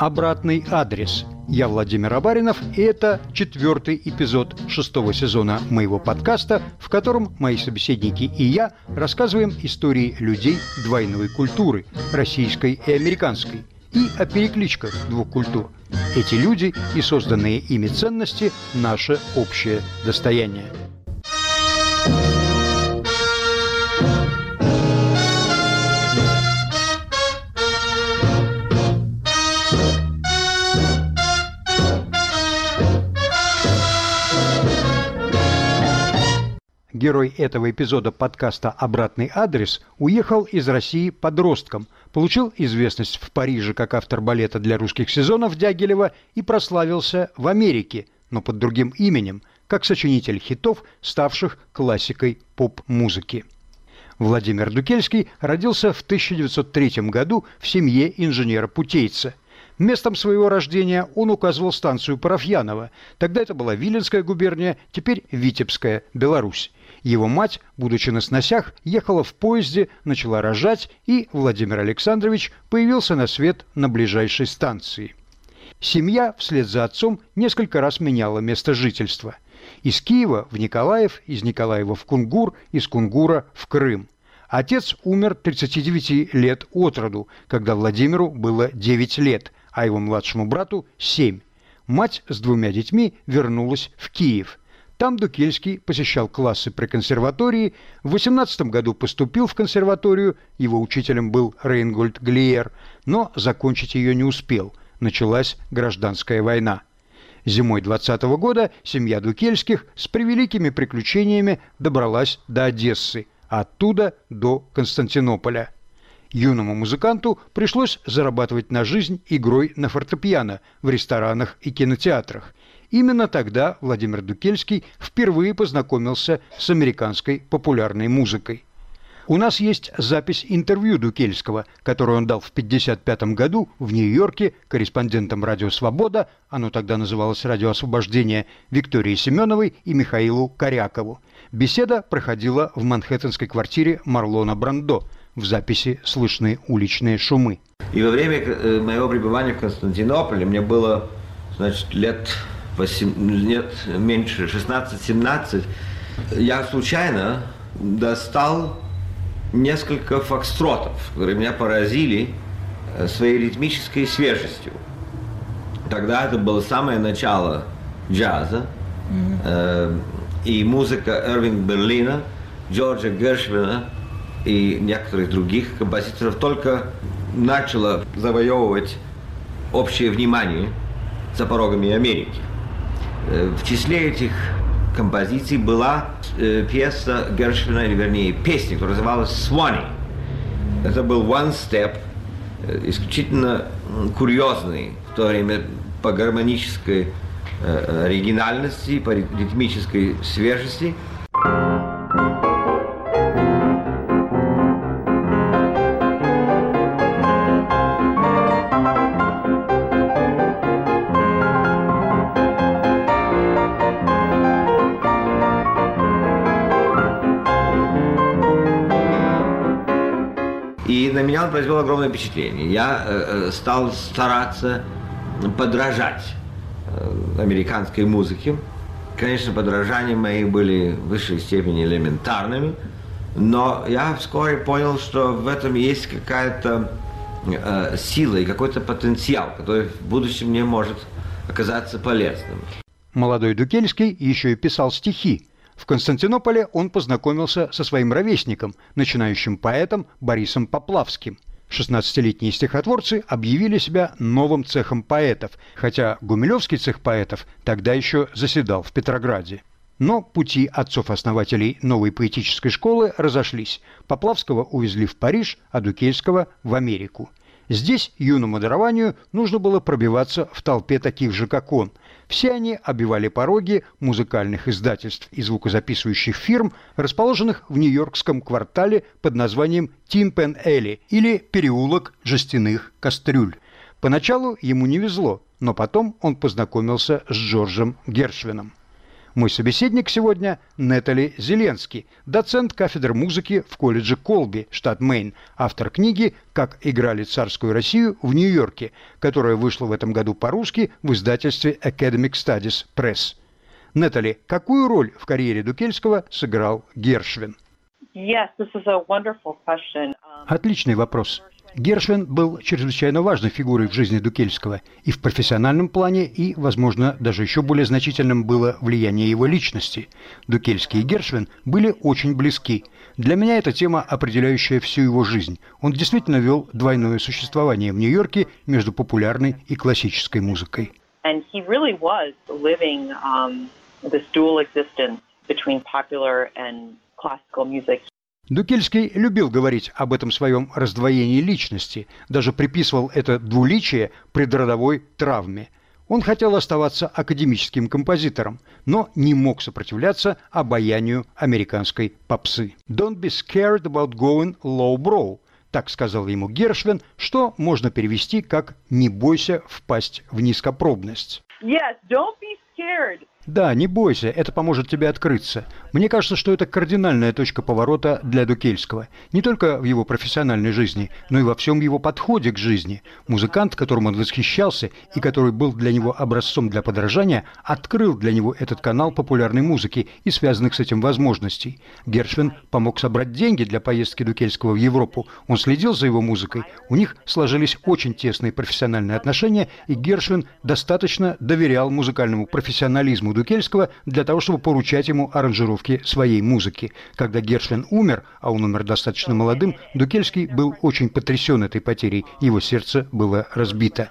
Обратный адрес. Я Владимир Абаринов, и это 4-й эпизод 6-го сезона моего подкаста, в котором мои собеседники и я рассказываем истории людей двойной культуры, российской и американской, и о перекличках двух культур. Эти люди и созданные ими ценности – наше общее достояние. Герой этого эпизода подкаста «Обратный адрес» уехал из России подростком, получил известность в Париже как автор балета для русских сезонов Дягилева и прославился в Америке, но под другим именем, как сочинитель хитов, ставших классикой поп-музыки. Владимир Дукельский родился в 1903 году в семье инженера-путейца. Местом своего рождения он указывал станцию Парафьянова. Тогда это была Виленская губерния, теперь Витебская, Беларусь. Его мать, будучи на сносях, ехала в поезде, начала рожать, и Владимир Александрович появился на свет на ближайшей станции. Семья вслед за отцом несколько раз меняла место жительства. Из Киева в Николаев, из Николаева в Кунгур, из Кунгура в Крым. Отец умер 39 лет от роду, когда Владимиру было 9 лет, а его младшему брату 7. Мать с 2 детьми вернулась в Киев. Там Дукельский посещал классы при консерватории, в 18 году поступил в консерваторию, его учителем был Рейнгольд Глиер, но закончить ее не успел, началась гражданская война. Зимой 20 года семья Дукельских с превеликими приключениями добралась до Одессы, а оттуда до Константинополя. Юному музыканту пришлось зарабатывать на жизнь игрой на фортепиано в ресторанах и кинотеатрах. Именно тогда Владимир Дукельский впервые познакомился с американской популярной музыкой. У нас есть запись интервью Дукельского, которое он дал в 1955 году в Нью-Йорке корреспондентам «Радио Свобода», оно тогда называлось «Радио Освобождение», Виктории Семеновой и Михаилу Корякову. Беседа проходила в манхэттенской квартире Марлона Брандо. В записи слышны уличные шумы. И во время моего пребывания в Константинополе мне было, лет меньше 16-17, я случайно достал несколько фокстротов, которые меня поразили своей ритмической свежестью. Тогда это было самое начало джаза, и музыка Ирвинга Берлина, Джорджа Гершвина и некоторых других композиторов только начала завоевывать общее внимание за порогами Америки. В числе этих композиций была пьеса Гершвина, или вернее песня, которая называлась «Swanee». Это был one step, исключительно курьезный в то время по гармонической оригинальности, по ритмической свежести. И на меня он произвел огромное впечатление. Я стал стараться подражать американской музыке. Конечно, подражания мои были в высшей степени элементарными, но я вскоре понял, что в этом есть какая-то сила и какой-то потенциал, который в будущем мне может оказаться полезным. Молодой Дукельский еще и писал стихи. В Константинополе он познакомился со своим ровесником, начинающим поэтом Борисом Поплавским. 16-летние стихотворцы объявили себя новым цехом поэтов, хотя Гумилевский цех поэтов тогда еще заседал в Петрограде. Но пути отцов-основателей новой поэтической школы разошлись. Поплавского увезли в Париж, а Дукельского – в Америку. Здесь юному дарованию нужно было пробиваться в толпе таких же, как он. Все они обивали пороги музыкальных издательств и звукозаписывающих фирм, расположенных в нью-йоркском квартале под названием Тин-Пен-Элли или переулок жестяных кастрюль. Поначалу ему не везло, но потом он познакомился с Джорджем Гершвином. Мой собеседник сегодня Нетали Зеленский, доцент кафедры музыки в колледже Колби, штат Мэйн, автор книги «Как играли царскую Россию в Нью-Йорке», которая вышла в этом году по-русски в издательстве Academic Studies Press. Нетали, какую роль в карьере Дукельского сыграл Гершвин? Отличный вопрос. Гершвин был чрезвычайно важной фигурой в жизни Дукельского и в профессиональном плане, и, возможно, даже еще более значительным было влияние его личности. Дукельский и Гершвин были очень близки. Для меня эта тема, определяющая всю его жизнь. Он действительно вел двойное существование в Нью-Йорке между популярной и классической музыкой. Дукельский любил говорить об этом своем раздвоении личности, даже приписывал это двуличие предродовой травме. Он хотел оставаться академическим композитором, но не мог сопротивляться обаянию американской попсы. «Don't be scared about going low-brow», так сказал ему Гершвин, что можно перевести как «не бойся впасть в низкопробность». Yes, don't be scared. Да, не бойся, это поможет тебе открыться. Мне кажется, что это кардинальная точка поворота для Дукельского. Не только в его профессиональной жизни, но и во всем его подходе к жизни. Музыкант, которым он восхищался и который был для него образцом для подражания, открыл для него этот канал популярной музыки и связанных с этим возможностей. Гершвин помог собрать деньги для поездки Дукельского в Европу. Он следил за его музыкой. У них сложились очень тесные профессиональные отношения, и Гершвин достаточно доверял музыкальному профессионализму Дукельского для того, чтобы поручать ему аранжировки своей музыки. Когда Гершвин умер, а он умер достаточно молодым, Дукельский был очень потрясен этой потерей. Его сердце было разбито.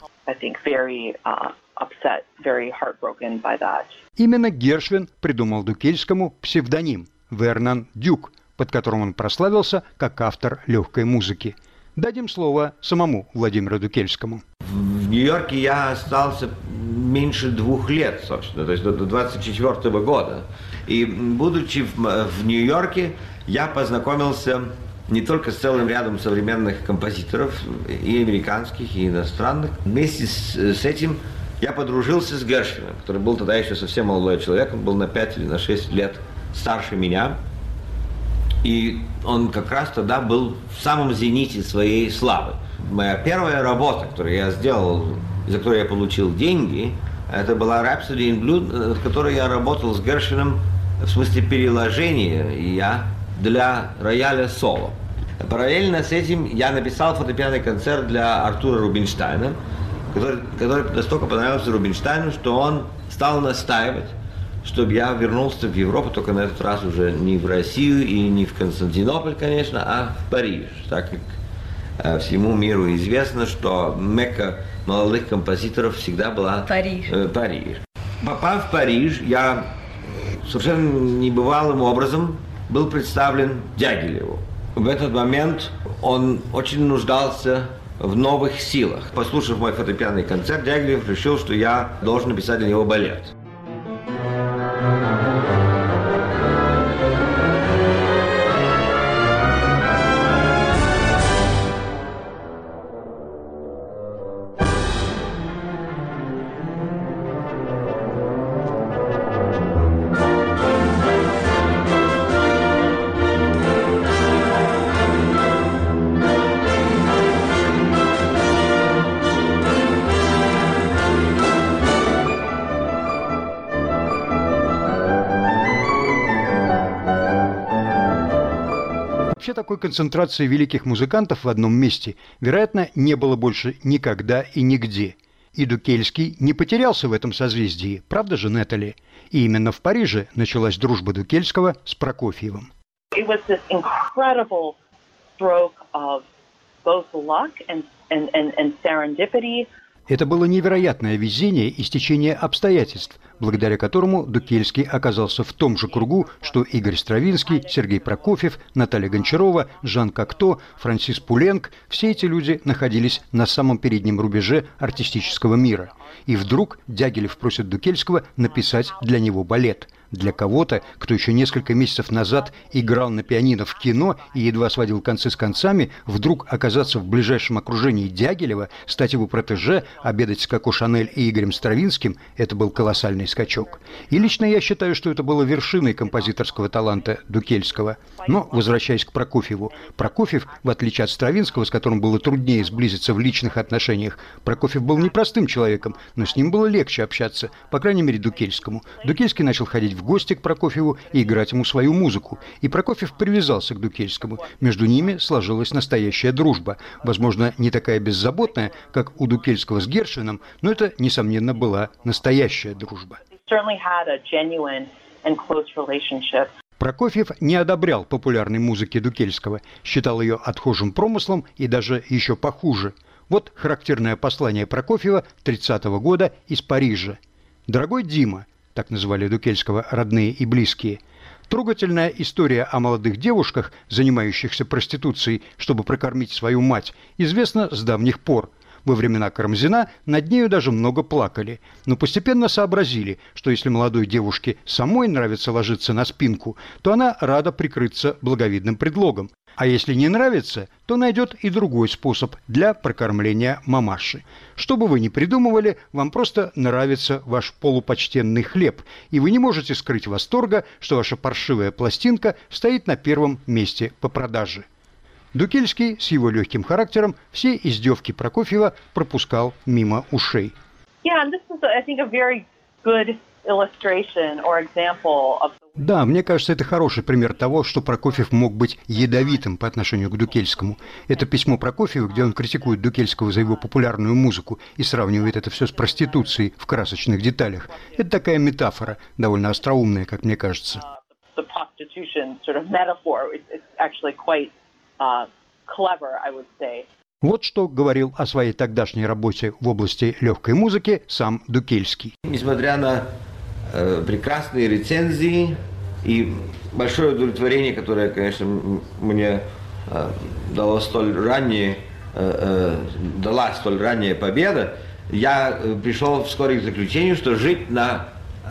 Именно Гершвин придумал Дукельскому псевдоним Вернон Дюк, под которым он прославился как автор легкой музыки. Дадим слово самому Владимиру Дукельскому. В Нью-Йорке я остался меньше 2 лет, собственно, то есть до 24 года. И будучи в Нью-Йорке, я познакомился не только с целым рядом современных композиторов, и американских, и иностранных. Вместе с этим я подружился с Гершвином, который был тогда еще совсем молодой человек, он был на 5 или на 6 лет старше меня. И он как раз тогда был в самом зените своей славы. Моя первая работа, которую я сделал, за которую я получил деньги, это была Rhapsody in Blue, над которой я работал с Гершвином в смысле переложения для рояля соло. Параллельно с этим я написал фортепианный концерт для Артура Рубинштейна, который настолько понравился Рубинштейну, что он стал настаивать, чтобы я вернулся в Европу, только на этот раз уже не в Россию и не в Константинополь, конечно, а в Париж, так как всему миру известно, что Мекка молодых композиторов всегда была Париж. Попав в Париж, я совершенно небывалым образом был представлен Дягилеву. В этот момент он очень нуждался в новых силах. Послушав мой фортепианный концерт, Дягилев решил, что я должен написать для него балет. Вообще такой концентрации великих музыкантов в одном месте, вероятно, не было больше никогда и нигде. И Дукельский не потерялся в этом созвездии, правда же, Нетали? И именно в Париже началась дружба Дукельского с Прокофьевым. Это было невероятное везение и стечение обстоятельств, благодаря которому Дукельский оказался в том же кругу, что Игорь Стравинский, Сергей Прокофьев, Наталья Гончарова, Жан Кокто, Франсис Пуленк – все эти люди находились на самом переднем рубеже артистического мира. И вдруг Дягилев просит Дукельского написать для него балет. Для кого-то, кто еще несколько месяцев назад играл на пианино в кино и едва сводил концы с концами, вдруг оказаться в ближайшем окружении Дягилева, стать его протеже, обедать с Коко Шанель и Игорем Стравинским – это был колоссальный скачок. И лично я считаю, что это было вершиной композиторского таланта Дукельского. Но, возвращаясь к Прокофьеву, Прокофьев, в отличие от Стравинского, с которым было труднее сблизиться в личных отношениях, Прокофьев был непростым человеком, но с ним было легче общаться, по крайней мере, Дукельскому. Дукельский начал ходить в гости к Прокофьеву и играть ему свою музыку. И Прокофьев привязался к Дукельскому. Между ними сложилась настоящая дружба. Возможно, не такая беззаботная, как у Дукельского с Гершвином, но это, несомненно, была настоящая дружба. Прокофьев не одобрял популярной музыки Дукельского, считал ее отхожим промыслом и даже еще похуже. Вот характерное послание Прокофьева 30-го года из Парижа. «Дорогой Дима», так называли Дукельского родные и близкие, трогательная история о молодых девушках, занимающихся проституцией, чтобы прокормить свою мать, известна с давних пор. Во времена Карамзина над нею даже много плакали, но постепенно сообразили, что если молодой девушке самой нравится ложиться на спинку, то она рада прикрыться благовидным предлогом. А если не нравится, то найдет и другой способ для прокормления мамаши. Что бы вы ни придумывали, вам просто нравится ваш полупочтенный хлеб, и вы не можете скрыть восторга, что ваша паршивая пластинка стоит на первом месте по продаже. Дукельский с его легким характером все издевки Прокофьева пропускал мимо ушей. Да, мне кажется, это хороший пример того, что Прокофьев мог быть ядовитым по отношению к Дукельскому. Это письмо Прокофьева, где он критикует Дукельского за его популярную музыку и сравнивает это все с проституцией в красочных деталях. Это такая метафора, довольно остроумная, как мне кажется. Вот что говорил о своей тогдашней работе в области легкой музыки сам Дукельский. Несмотря на прекрасные рецензии и большое удовлетворение, которое, конечно, мне дала столь ранняя победа, я пришел вскоре к заключению, что жить на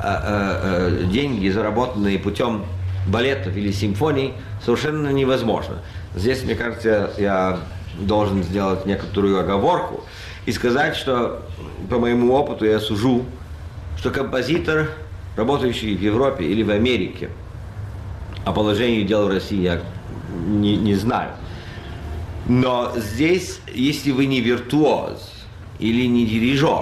деньги, заработанные путем балетов или симфоний, совершенно невозможно. Здесь, мне кажется, я должен сделать некоторую оговорку и сказать, что по моему опыту я сужу, что композитор, работающий в Европе или в Америке, о положении дел в России я не знаю. Но здесь, если вы не виртуоз или не дирижер,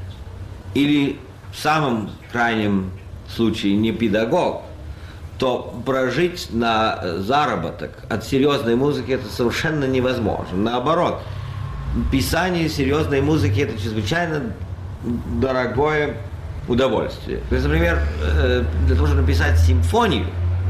или в самом крайнем случае не педагог, то прожить на заработок от серьезной музыки это совершенно невозможно. Наоборот, писание серьезной музыки это чрезвычайно дорогое удовольствие. То есть, например, для того, чтобы написать симфонию,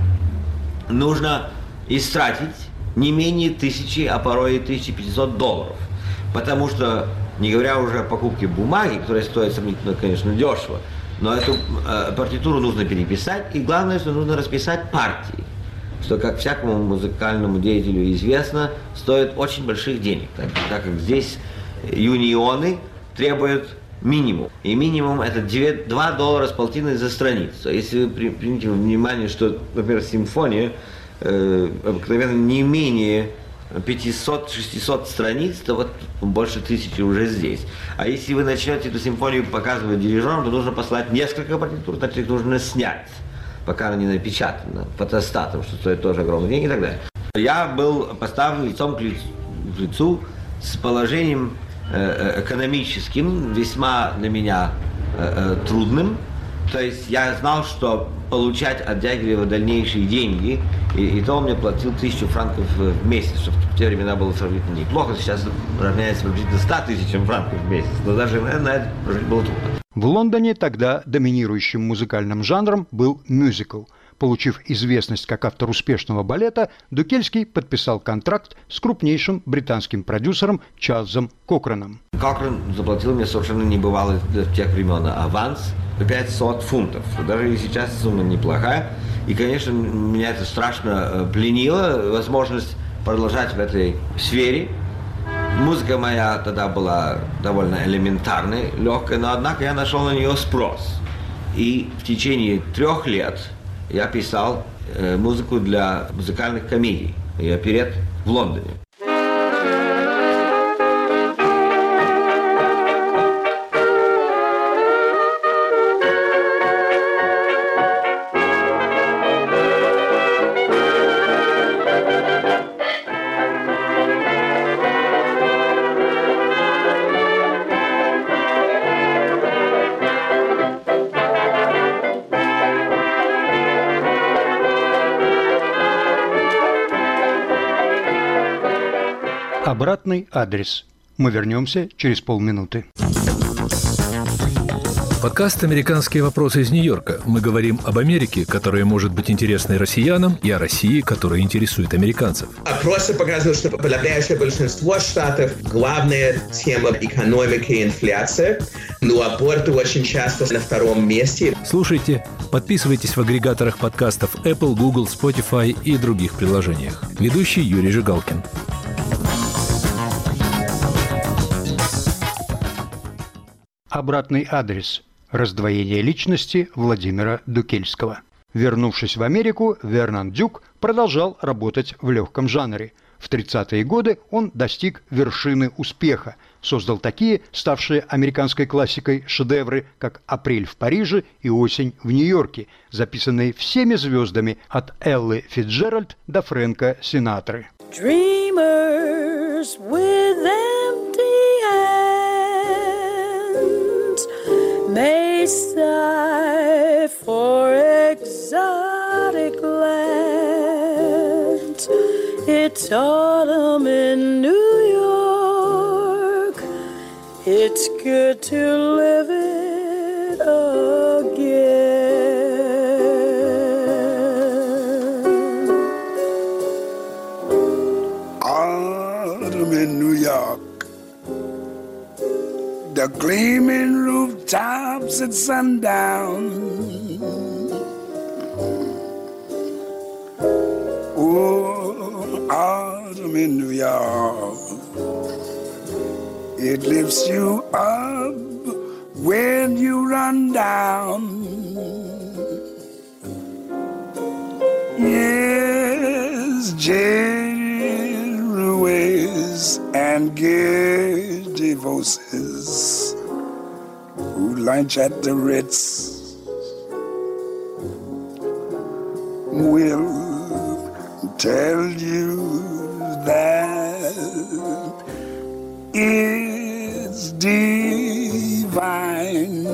нужно истратить не менее 1000, а порой и $1500. Потому что, не говоря уже о покупке бумаги, которая стоит сравнительно, конечно, дешево, но эту партитуру нужно переписать, и главное, что нужно расписать партии, что, как всякому музыкальному деятелю известно, стоит очень больших денег, так как здесь юнионы требуют минимум. И минимум это $2.50 за страницу. Если вы примите во внимание, что, например, симфония обыкновенно не менее 500-600 страниц, то вот больше 1000 уже здесь. А если вы начнете эту симфонию показывать дирижерам, то нужно послать несколько партитур, значит их нужно снять, пока она не напечатана, фотостатом, что стоит тоже огромные деньги и так далее. Я был поставлен лицом к лицу с положением экономическим, весьма для меня трудным. То есть я знал, что получать от Дягилева дальнейшие деньги, и то он мне платил 1000 франков в месяц, что в те времена было сравнительно неплохо, сейчас равняется приблизительно 100 000 франков в месяц, но даже на это прожить было трудно. В Лондоне тогда доминирующим музыкальным жанром был мюзикл. Получив известность как автор успешного балета, Дукельский подписал контракт с крупнейшим британским продюсером Чарльзом Кокреном. Кокрен заплатил мне совершенно небывалый для тех времен аванс 500 фунтов. Даже и сейчас сумма неплохая. И, конечно, меня это страшно пленило, возможность продолжать в этой сфере. Музыка моя тогда была довольно элементарной, легкой, но, однако, я нашел на нее спрос. И в течение 3 лет я писал музыку для музыкальных комедий и оперет в Лондоне. Обратный адрес. Мы вернемся через полминуты. Подкаст «Американские вопросы» из Нью-Йорка. Мы говорим об Америке, которая может быть интересной россиянам, и о России, которая интересует американцев. Опросы показывают, что подавляющее большинство штатов главная тема экономики и инфляция, но аборты очень часто на втором месте. Слушайте, подписывайтесь в агрегаторах подкастов Apple, Google, Spotify и других приложениях. Ведущий Юрий Жигалкин. Обратный адрес. Раздвоение личности Владимира Дукельского. Вернувшись в Америку, Вернон Дюк продолжал работать в легком жанре. В 30-е годы он достиг вершины успеха, создал такие, ставшие американской классикой, шедевры, как «Апрель в Париже» и «Осень в Нью-Йорке», записанные всеми звездами от Эллы Фицджеральд до Фрэнка Синатры. Dreamers with empty hands may sigh for exotic lands. It's autumn in New York. It's good to live it again. Autumn in New York. The gleaming rooftops at sundown. Oh, autumn in New York. It lifts you up when you run down. Yes, jaded ruins and giddy voices who lunch at the Ritz will tell you that it's divine.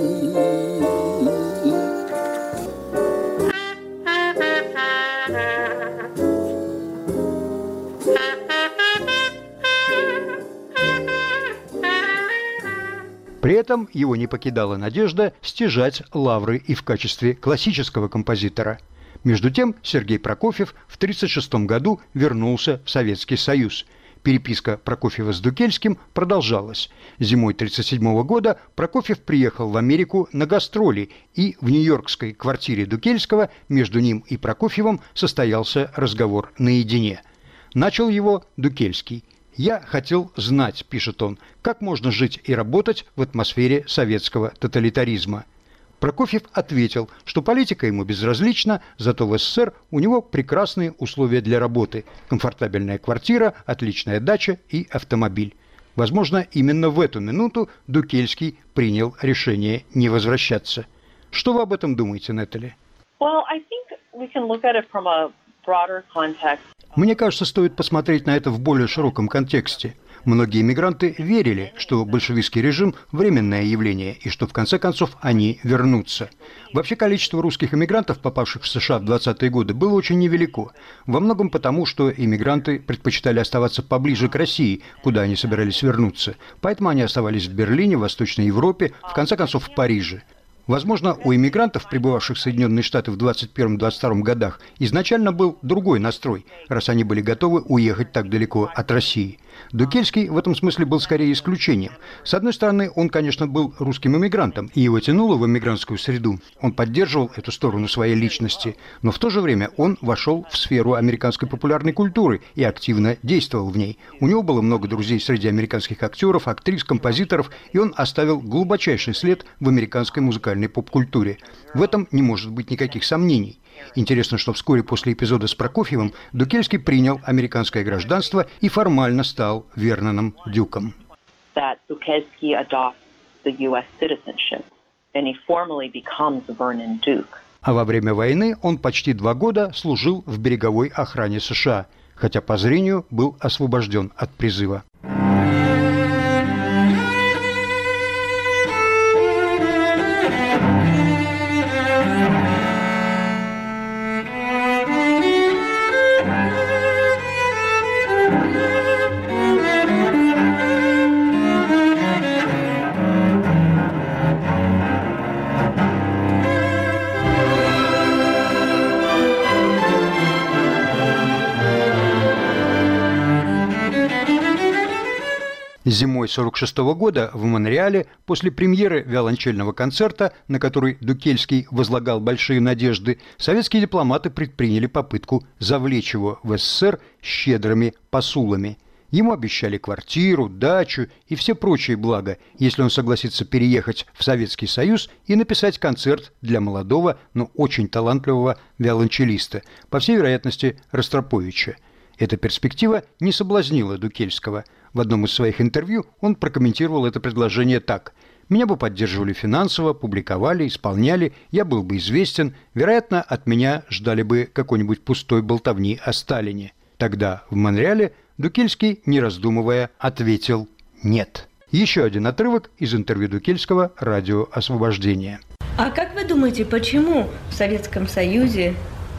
При этом его не покидала надежда стяжать лавры и в качестве классического композитора. Между тем Сергей Прокофьев в 1936 году вернулся в Советский Союз. Переписка Прокофьева с Дукельским продолжалась. Зимой 1937 года Прокофьев приехал в Америку на гастроли, и в нью-йоркской квартире Дукельского между ним и Прокофьевым состоялся разговор наедине. Начал его Дукельский. «Я хотел знать, — пишет он, — как можно жить и работать в атмосфере советского тоталитаризма». Прокофьев ответил, что политика ему безразлична, зато в СССР у него прекрасные условия для работы, комфортабельная квартира, отличная дача и автомобиль. Возможно, именно в эту минуту Дукельский принял решение не возвращаться. Что вы об этом думаете, Нетали? Well, I think we can look at it from a broader context. Мне кажется, стоит посмотреть на это в более широком контексте. Многие иммигранты верили, что большевистский режим – временное явление, и что в конце концов они вернутся. Вообще количество русских иммигрантов, попавших в США в 20-е годы, было очень невелико. Во многом потому, что иммигранты предпочитали оставаться поближе к России, куда они собирались вернуться. Поэтому они оставались в Берлине, в Восточной Европе, в конце концов в Париже. Возможно, у иммигрантов, прибывавших в Соединенные Штаты в 21-22 годах, изначально был другой настрой, раз они были готовы уехать так далеко от России. Дукельский в этом смысле был скорее исключением. С одной стороны, он, конечно, был русским иммигрантом, и его тянуло в иммигрантскую среду. Он поддерживал эту сторону своей личности, но в то же время он вошел в сферу американской популярной культуры и активно действовал в ней. У него было много друзей среди американских актеров, актрис, композиторов, и он оставил глубочайший след в американской музыкальной поп-культуре. В этом не может быть никаких сомнений. Интересно, что вскоре после эпизода с Прокофьевым Дукельский принял американское гражданство и формально стал Верноном Дюком. That Dukelsky adopts the U.S. citizenship, and he formally becomes Vernon Duke. А во время войны он почти 2 года служил в береговой охране США, хотя по зрению был освобожден от призыва. Зимой 1946 года в Монреале после премьеры виолончельного концерта, на который Дукельский возлагал большие надежды, советские дипломаты предприняли попытку завлечь его в СССР щедрыми посулами. Ему обещали квартиру, дачу и все прочие блага, если он согласится переехать в Советский Союз и написать концерт для молодого, но очень талантливого виолончелиста, по всей вероятности Ростроповича. Эта перспектива не соблазнила Дукельского. В одном из своих интервью он прокомментировал это предложение так: «Меня бы поддерживали финансово, публиковали, исполняли, я был бы известен, вероятно, от меня ждали бы какой-нибудь пустой болтовни о Сталине». Тогда в Монреале Дукельский, не раздумывая, ответил «нет». Еще один отрывок из интервью Дукельского «Радио Освобождение». А как вы думаете, почему в Советском Союзе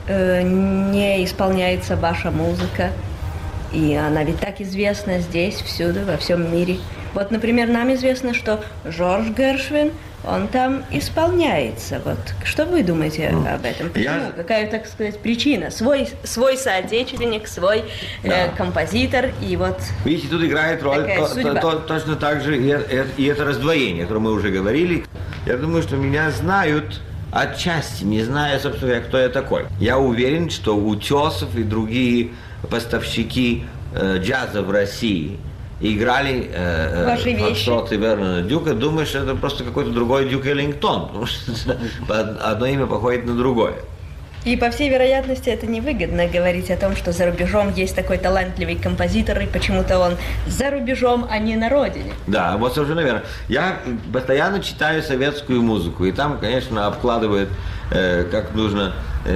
не исполняется ваша музыка? И она ведь так известна здесь, всюду, во всем мире. Вот, например, нам известно, что Жорж Гершвин, он там исполняется. Вот что вы думаете об этом? Почему? Какая, так сказать, причина? Свой соотечественник, свой композитор, и вот... Видите, тут играет роль точно так же и это раздвоение, о котором мы уже говорили. Я думаю, что меня знают отчасти, не зная, собственно говоря, кто я такой. Я уверен, что Утесов и другие поставщики джаза в России играли фокстроты Вернона Дюка, думаю, что это просто какой-то другой Дюк Эллингтон, потому что одно имя походит на другое. И, по всей вероятности, это невыгодно говорить о том, что за рубежом есть такой талантливый композитор, и почему-то он за рубежом, а не на родине. Да, вот совершенно верно. Я постоянно читаю советскую музыку, и там, конечно, обкладывают, как нужно,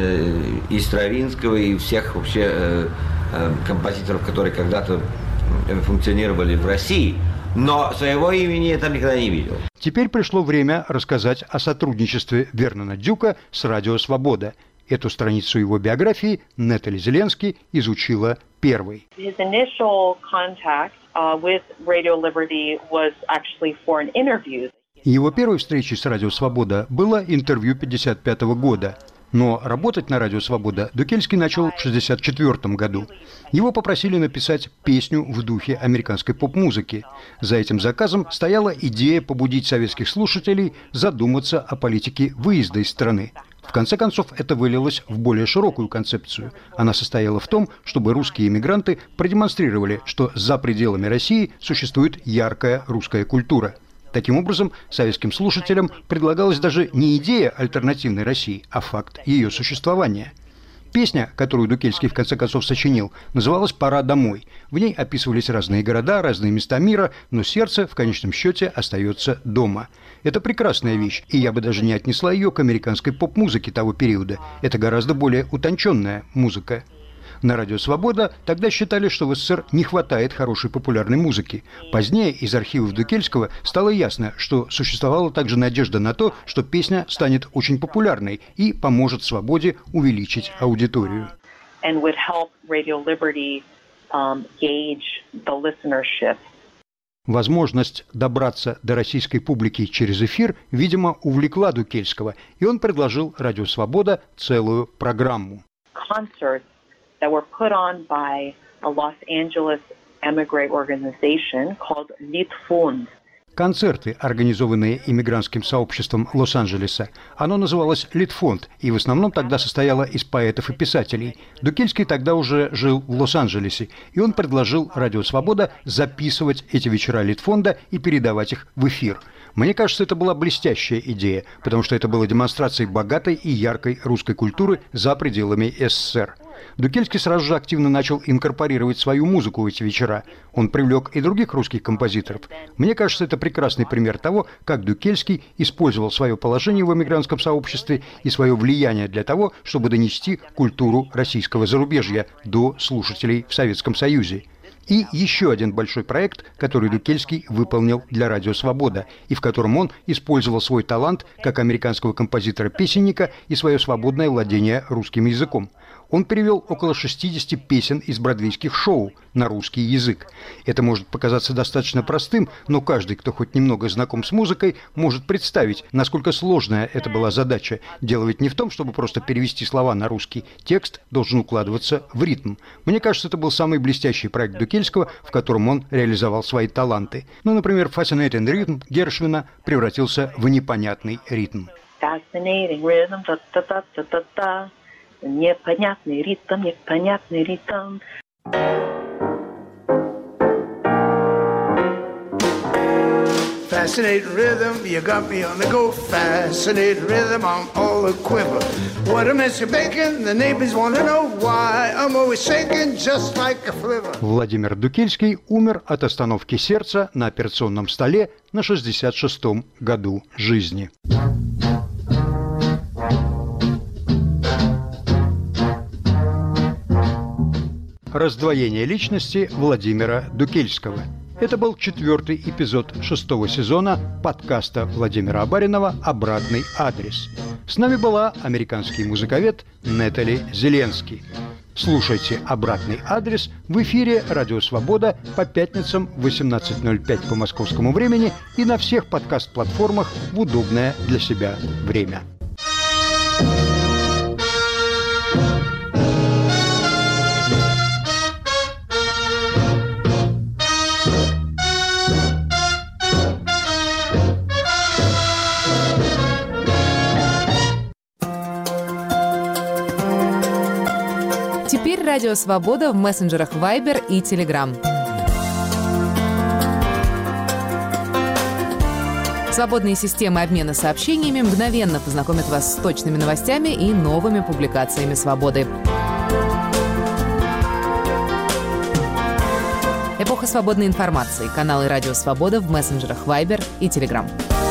и Стравинского, и всех вообще композиторов, которые когда-то функционировали в России, но своего имени я там никогда не видел. Теперь пришло время рассказать о сотрудничестве Вернона Дюка с «Радио Свобода». Эту страницу его биографии Натали Зеленский изучила первой. His initial contact with Radio Liberty was actually for an interview. Его первой встречей с «Радио Свобода» было интервью 1955 года. Но работать на «Радио Свобода» Дукельский начал в 1964 году. Его попросили написать песню в духе американской поп-музыки. За этим заказом стояла идея побудить советских слушателей задуматься о политике выезда из страны. В конце концов, это вылилось в более широкую концепцию. Она состояла в том, чтобы русские эмигранты продемонстрировали, что за пределами России существует яркая русская культура. Таким образом, советским слушателям предлагалась даже не идея альтернативной России, а факт ее существования. Песня, которую Дукельский в конце концов сочинил, называлась «Пора домой». В ней описывались разные города, разные места мира, но сердце в конечном счете остается дома. Это прекрасная вещь, и я бы даже не отнесла ее к американской поп-музыке того периода. Это гораздо более утонченная музыка. На «Радио Свобода» тогда считали, что в СССР не хватает хорошей популярной музыки. Позднее из архивов Дукельского стало ясно, что существовала также надежда на то, что песня станет очень популярной и поможет «Свободе» увеличить аудиторию. Возможность добраться до российской публики через эфир, видимо, увлекла Дукельского, и он предложил «Радио Свобода» целую программу. That were put on by a Los Angeles emigre organization called Litfund. Концерты, организованные иммигрантским сообществом Лос-Анджелеса. Оно называлось «Литфонд» и в основном тогда состояло из поэтов и писателей. Дукельский тогда уже жил в Лос-Анджелесе, и он предложил «Радио Свобода» записывать эти вечера Литфонда и передавать их в эфир. Мне кажется, это была блестящая идея, потому что это было демонстрацией богатой и яркой русской культуры за пределами СССР. Дукельский сразу же активно начал инкорпорировать свою музыку в эти вечера. Он привлек и других русских композиторов. Мне кажется, это прекрасный пример того, как Дукельский использовал свое положение в эмигрантском сообществе и свое влияние для того, чтобы донести культуру российского зарубежья до слушателей в Советском Союзе. И еще один большой проект, который Дукельский выполнил для «Радио Свобода», и в котором он использовал свой талант как американского композитора-песенника и свое свободное владение русским языком. Он перевел около 60 песен из бродвейских шоу на русский язык. Это может показаться достаточно простым, но каждый, кто хоть немного знаком с музыкой, может представить, насколько сложная это была задача. Дело ведь не в том, чтобы просто перевести слова на русский. Текст должен укладываться в ритм. Мне кажется, это был самый блестящий проект Дукельского, в котором он реализовал свои таланты. Ну, например, «Fascinating Rhythm» Гершвина превратился в непонятный ритм. Fascinating rhythm, та-та-та-та-та-та. Непонятный ритм, непонятный ритм. Fascinating rhythm, you got me on the go. Fascinating rhythm, I'm all a quiver. What a mess you're making, the neighbors want to know why I'm always shaking just like a flivver. Владимир Дукельский умер от остановки сердца на операционном столе на 66-м году жизни. Раздвоение личности Владимира Дукельского. Это был 4-й эпизод 6-го сезона подкаста Владимира Абаринова «Обратный адрес». С нами была американский музыковед Нетали Зеленский. Слушайте «Обратный адрес» в эфире «Радио Свобода» по пятницам в 18:05 по московскому времени и на всех подкаст-платформах в удобное для себя время. Теперь Радио Свобода в мессенджерах Viber и Telegram. Свободные системы обмена сообщениями мгновенно познакомят вас с точными новостями и новыми публикациями «Свободы». Эпоха свободной информации. Каналы Радио Свобода в мессенджерах Viber и Telegram.